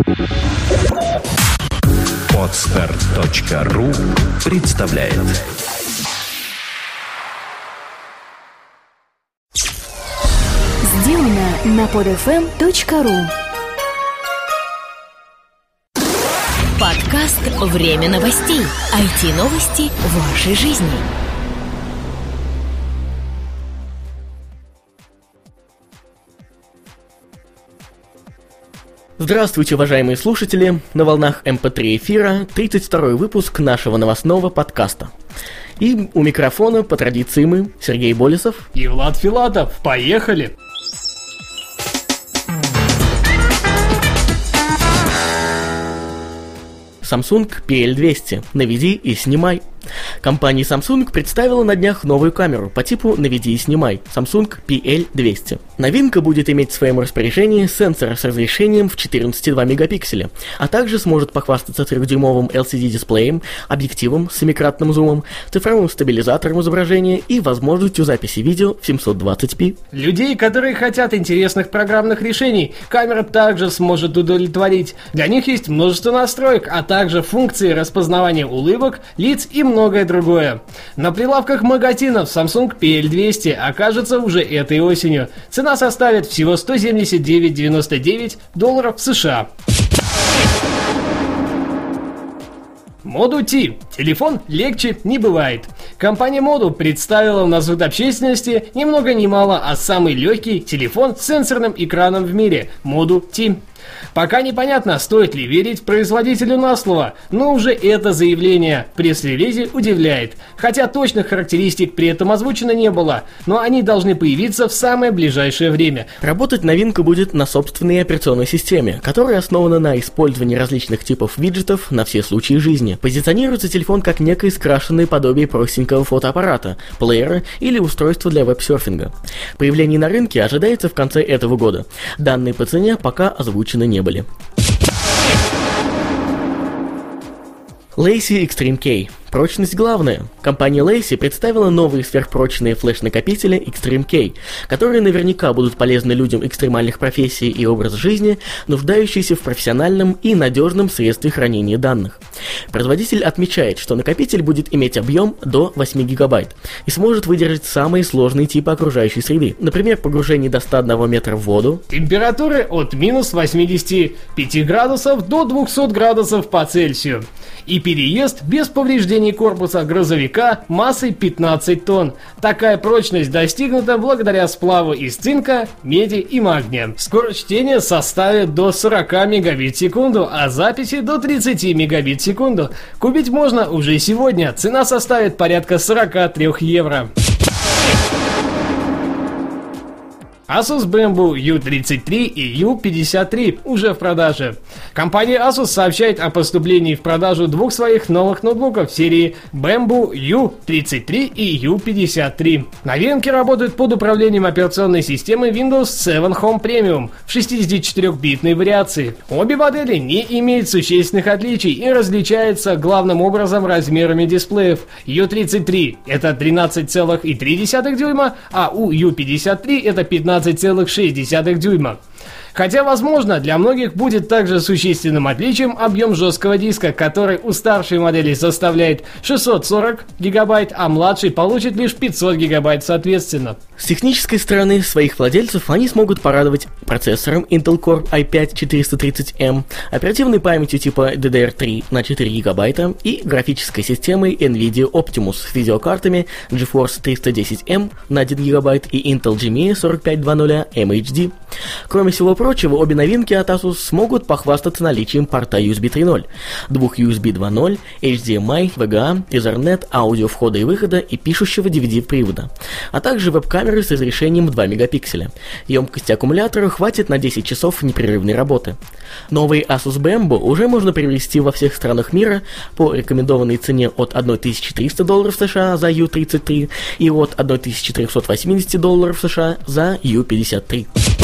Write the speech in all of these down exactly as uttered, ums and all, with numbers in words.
Подстер точка ру представляет. Сделано на под эф эм точка ру. Подкаст «Время новостей». ай ти-новости вашей жизни. Здравствуйте, уважаемые слушатели! На волнах эм пэ три эфира тридцать второй выпуск нашего новостного подкаста. И у микрофона, по традиции, мы, Сергей Болесов и Влад Филатов. Поехали! Samsung пи эл двести. Наведи и снимай. Компания Samsung представила на днях новую камеру по типу «Наведи и снимай» Samsung пи эл двести. Новинка будет иметь в своем распоряжении сенсор с разрешением в четырнадцать целых два мегапикселя, а также сможет похвастаться трехдюймовым эл си ди-дисплеем, объективом с семикратным зумом, цифровым стабилизатором изображения и возможностью записи видео в семьсот двадцать пи. Людей, которые хотят интересных программных решений, камера также сможет удовлетворить. Для них есть множество настроек, а также функции распознавания улыбок, лиц и многое другое. На прилавках магазинов Samsung пи эл двести окажется уже этой осенью. Цена составит всего сто семьдесят девять девяносто девять долларов США. Modu T. Телефон легче не бывает. Компания Modu представила на суд общественности ни много ни мало, а самый легкий телефон с сенсорным экраном в мире – Modu T. Пока непонятно, стоит ли верить производителю на слово, но уже это заявление в пресс-релизе удивляет. Хотя точных характеристик при этом озвучено не было, но они должны появиться в самое ближайшее время. Работать новинка будет на собственной операционной системе, которая основана на использовании различных типов виджетов на все случаи жизни. Позиционируется телефон как некое скрашенное подобие простенького фотоаппарата, плеера или устройства для веб-серфинга. Появление на рынке ожидается в конце этого года. Данные по цене пока озвучены не были. Lacy Extreme K. Прочность главная. Компания Lacy представила новые сверхпрочные флеш-накопители Extreme K, которые наверняка будут полезны людям экстремальных профессий и образа жизни, нуждающиеся в профессиональном и надежном средстве хранения данных. Производитель отмечает, что накопитель будет иметь объем до восемь гигабайт и сможет выдержать самые сложные типы окружающей среды, например, погружение до ста одного метра в воду, температуры от минус восьмидесяти пяти градусов до двухсот градусов по Цельсию и переезд без повреждений корпуса грузовика массой пятнадцать тонн. Такая прочность достигнута благодаря сплаву из цинка, меди и магния. Скорость чтения составит до сорок мегабит в секунду, а записи до тридцати мегабит в секунду. Купить можно уже сегодня. Цена составит порядка сорок три евро. Asus Bamboo ю тридцать три и ю пятьдесят три уже в продаже. Компания Asus сообщает о поступлении в продажу двух своих новых ноутбуков серии Bamboo ю тридцать три и ю пятьдесят три. Новинки работают под управлением операционной системы Windows семь Home Premium в шестидесятичетырёхбитной вариации. Обе модели не имеют существенных отличий и различаются главным образом размерами дисплеев. ю тридцать три это тринадцать целых три десятых дюйма, а у ю пятьдесят три это пятнадцать целых шесть десятых дюйма. Хотя, возможно, для многих будет также существенным отличием объем жесткого диска, который у старшей модели составляет шестьсот сорок гигабайт, а младший получит лишь пятьсот гигабайт соответственно. С технической стороны своих владельцев они смогут порадовать процессором Intel Core ай пять четыреста тридцать эм, оперативной памятью типа ди ди ар три на четыре гигабайта и графической системой NVIDIA Optimus с видеокартами GeForce триста десять эм на один гигабайт и Intel джи эм и сорок пять двадцать эм эйч ди. Кроме всего прочего, обе новинки от Asus смогут похвастаться наличием порта ю эс би три ноль, двух ю эс би два ноль, эйч ди эм ай, ви джи а, Ethernet, аудио входа и выхода и пишущего ди ви ди-привода, а также веб-камеры с разрешением два мегапикселя. Емкости аккумулятора хватит на десять часов непрерывной работы. Новый Asus Bamboo уже можно приобрести во всех странах мира по рекомендованной цене от тысяча триста долларов США за ю тридцать три и от тысяча четыреста восемьдесят долларов США за ю пятьдесят три.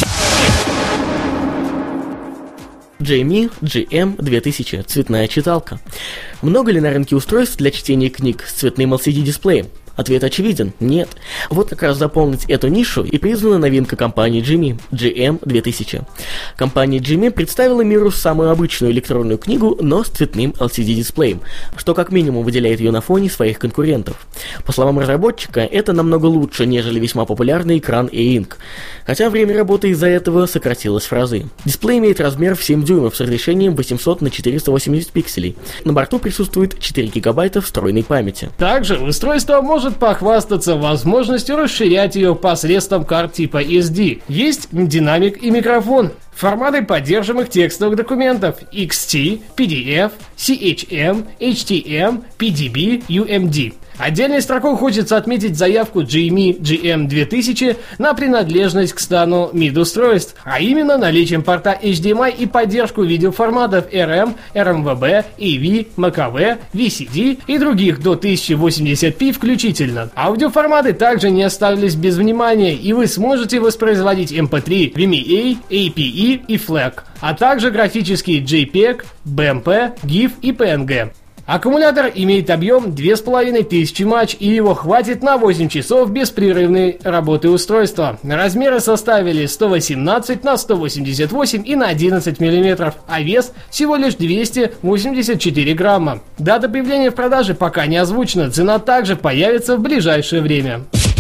джей эм и джи эм две тысячи. Цветная читалка. Много ли на рынке устройств для чтения книг с цветным эл си ди-дисплеем? Ответ очевиден – нет. Вот как раз заполнить эту нишу и призвана новинка компании джи эм и – джи эм две тысячи. Компания джи эм и представила миру самую обычную электронную книгу, но с цветным эл си ди-дисплеем, что как минимум выделяет ее на фоне своих конкурентов. По словам разработчика, это намного лучше, нежели весьма популярный экран e-ink, хотя время работы из-за этого сократилось в разы. Дисплей имеет размер в семь дюймов с разрешением восемьсот на четыреста восемьдесят пикселей. На борту присутствует четыре гигабайта встроенной памяти. Также устройство может похвастаться возможностью расширять ее посредством карт типа эс ди. Есть динамик и микрофон. Форматы поддерживаемых текстовых документов икс ти, пи ди эф, си эйч эм, эйч ти эм, пи ди би, ю эм ди. Отдельной строкой хочется отметить заявку джи эм и джи эм две тысячи на принадлежность к стану мид-устройств, а именно наличием порта эйч ди эм ай и поддержку видеоформатов эр эм, эр эм ви би, эй ви, эм ка ви, ви си ди и других до тысяча восемьдесят пи включительно. Аудиоформаты также не оставились без внимания, и вы сможете воспроизводить эм пи три, ви эм эй, эй пи и и флэг, а также графические джей пег, би эм пи, гиф и пи эн джи. Аккумулятор имеет объем две тысячи пятьсот мач, и его хватит на восемь часов беспрерывной работы устройства. Размеры составили сто восемнадцать на сто восемьдесят восемь и на одиннадцать миллиметров, а вес всего лишь двести восемьдесят четыре грамма. Дата появления в продаже пока не озвучена, цена также появится в ближайшее время.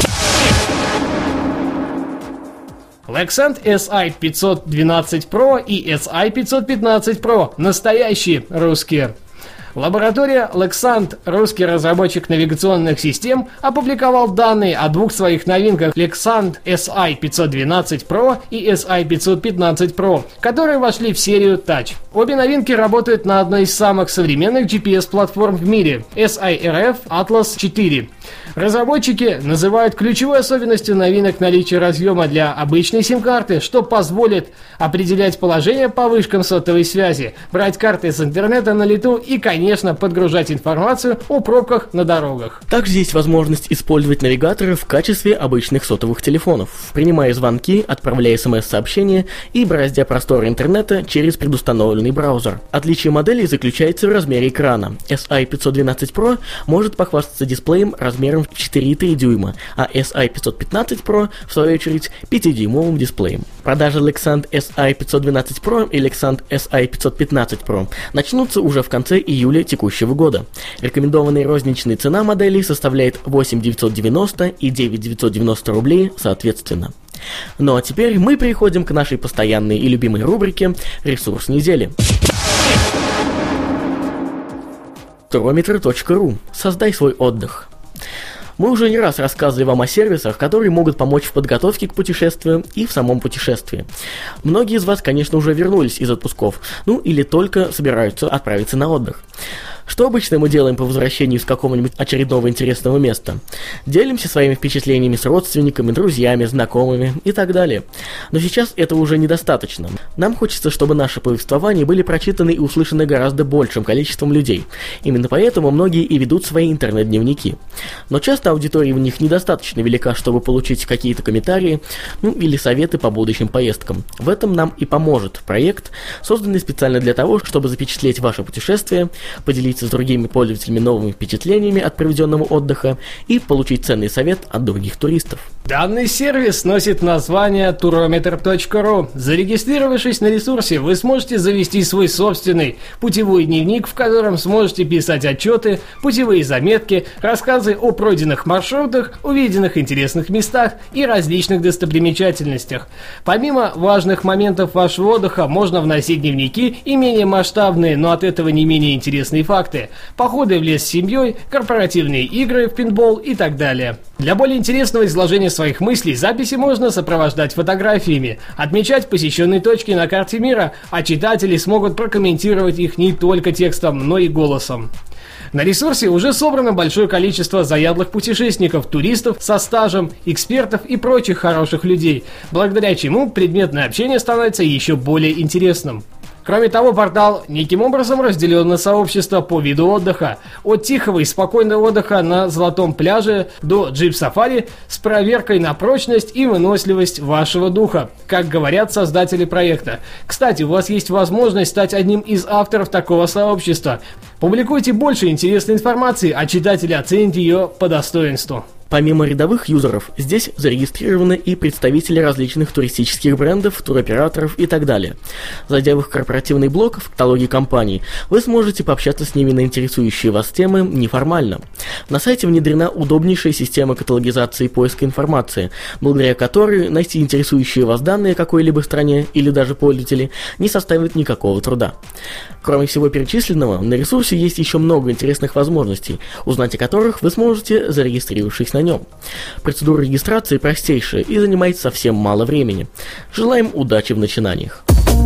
Lexand эс ай пятьсот двенадцать про и эс ай пятьсот пятнадцать про – настоящие русские. Лаборатория Lexand, русский разработчик навигационных систем, опубликовал данные о двух своих новинках Lexand эс ай пятьсот двенадцать про и эс ай пятьсот пятнадцать про, которые вошли в серию Touch. Обе новинки работают на одной из самых современных джи пи эс-платформ в мире – эс ай эр эф Atlas четыре. Разработчики называют ключевой особенностью новинок наличие разъема для обычной сим-карты, что позволит определять положение по вышкам сотовой связи, брать карты с интернета на лету и, конечно, подгружать информацию о пробках на дорогах. Также есть возможность использовать навигаторы в качестве обычных сотовых телефонов, принимая звонки, отправляя смс-сообщения и бороздя просторы интернета через предустановленный браузер. Отличие моделей заключается в размере экрана. эс ай пятьсот двенадцать про может похвастаться дисплеем размером в четыре и три дюйма, а эс ай пятьсот пятнадцать про, в свою очередь, пятидюймовым дисплеем. Продажи Lexand эс ай пятьсот двенадцать про и Lexand эс ай пятьсот пятнадцать про начнутся уже в конце июля текущего года. Рекомендованная розничная цена моделей составляет восемь тысяч девятьсот девяносто и девять тысяч девятьсот девяносто рублей соответственно. Ну а теперь мы переходим к нашей постоянной и любимой рубрике «Ресурс недели». турометр точка ру. Создай свой отдых. Мы уже не раз рассказывали вам о сервисах, которые могут помочь в подготовке к путешествию и в самом путешествии. Многие из вас, конечно, уже вернулись из отпусков, ну или только собираются отправиться на отдых. Что обычно мы делаем по возвращению с какого-нибудь очередного интересного места? Делимся своими впечатлениями с родственниками, друзьями, знакомыми и так далее. Но сейчас этого уже недостаточно. Нам хочется, чтобы наши повествования были прочитаны и услышаны гораздо большим количеством людей. Именно поэтому многие и ведут свои интернет-дневники. Но часто аудитория в них недостаточно велика, чтобы получить какие-то комментарии, ну или советы по будущим поездкам. В этом нам и поможет проект, созданный специально для того, чтобы запечатлеть ваше путешествие, поделиться с другими пользователями новыми впечатлениями от проведенного отдыха и получить ценный совет от других туристов. Данный сервис носит название турометр точка ру. Зарегистрировавшись на ресурсе, вы сможете завести свой собственный путевой дневник, в котором сможете писать отчеты, путевые заметки, рассказы о пройденных маршрутах, увиденных интересных местах и различных достопримечательностях. Помимо важных моментов вашего отдыха, можно вносить дневники и менее масштабные, но от этого не менее интересные факты. Походы в лес с семьей, корпоративные игры в пейнтбол и так далее. Для более интересного изложения своих мыслей записи можно сопровождать фотографиями, отмечать посещенные точки на карте мира, а читатели смогут прокомментировать их не только текстом, но и голосом. На ресурсе уже собрано большое количество заядлых путешественников, туристов со стажем, экспертов и прочих хороших людей, благодаря чему предметное общение становится еще более интересным. Кроме того, портал неким образом разделен на сообщества по виду отдыха. От тихого и спокойного отдыха на золотом пляже до джип-сафари с проверкой на прочность и выносливость вашего духа, как говорят создатели проекта. Кстати, у вас есть возможность стать одним из авторов такого сообщества. Публикуйте больше интересной информации, а читатели оценят ее по достоинству. Помимо рядовых юзеров, здесь зарегистрированы и представители различных туристических брендов, туроператоров и так далее. Зайдя в их корпоративный блог в каталоге компаний, вы сможете пообщаться с ними на интересующие вас темы неформально. На сайте внедрена удобнейшая система каталогизации и поиска информации, благодаря которой найти интересующие вас данные о какой-либо стране или даже пользователе не составит никакого труда. Кроме всего перечисленного, на ресурсе есть еще много интересных возможностей, узнать о которых вы сможете, зарегистрировавшись на нем. Процедура регистрации простейшая и занимает совсем мало времени. Желаем удачи в начинаниях.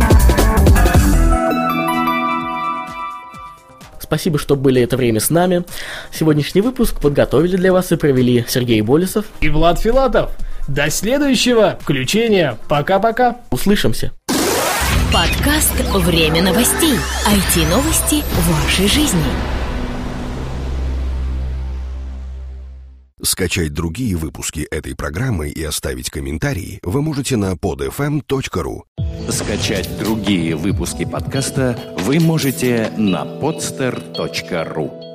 Спасибо, что были это время с нами. Сегодняшний выпуск подготовили для вас и провели Сергей Болесов и Влад Филатов. До следующего включения. Пока-пока. Услышимся. Подкаст «Время новостей». ай ти-новости в вашей жизни. Скачать другие выпуски этой программы и оставить комментарии вы можете на под эф эм точка ру. Скачать другие выпуски подкаста вы можете на подстер точка ру.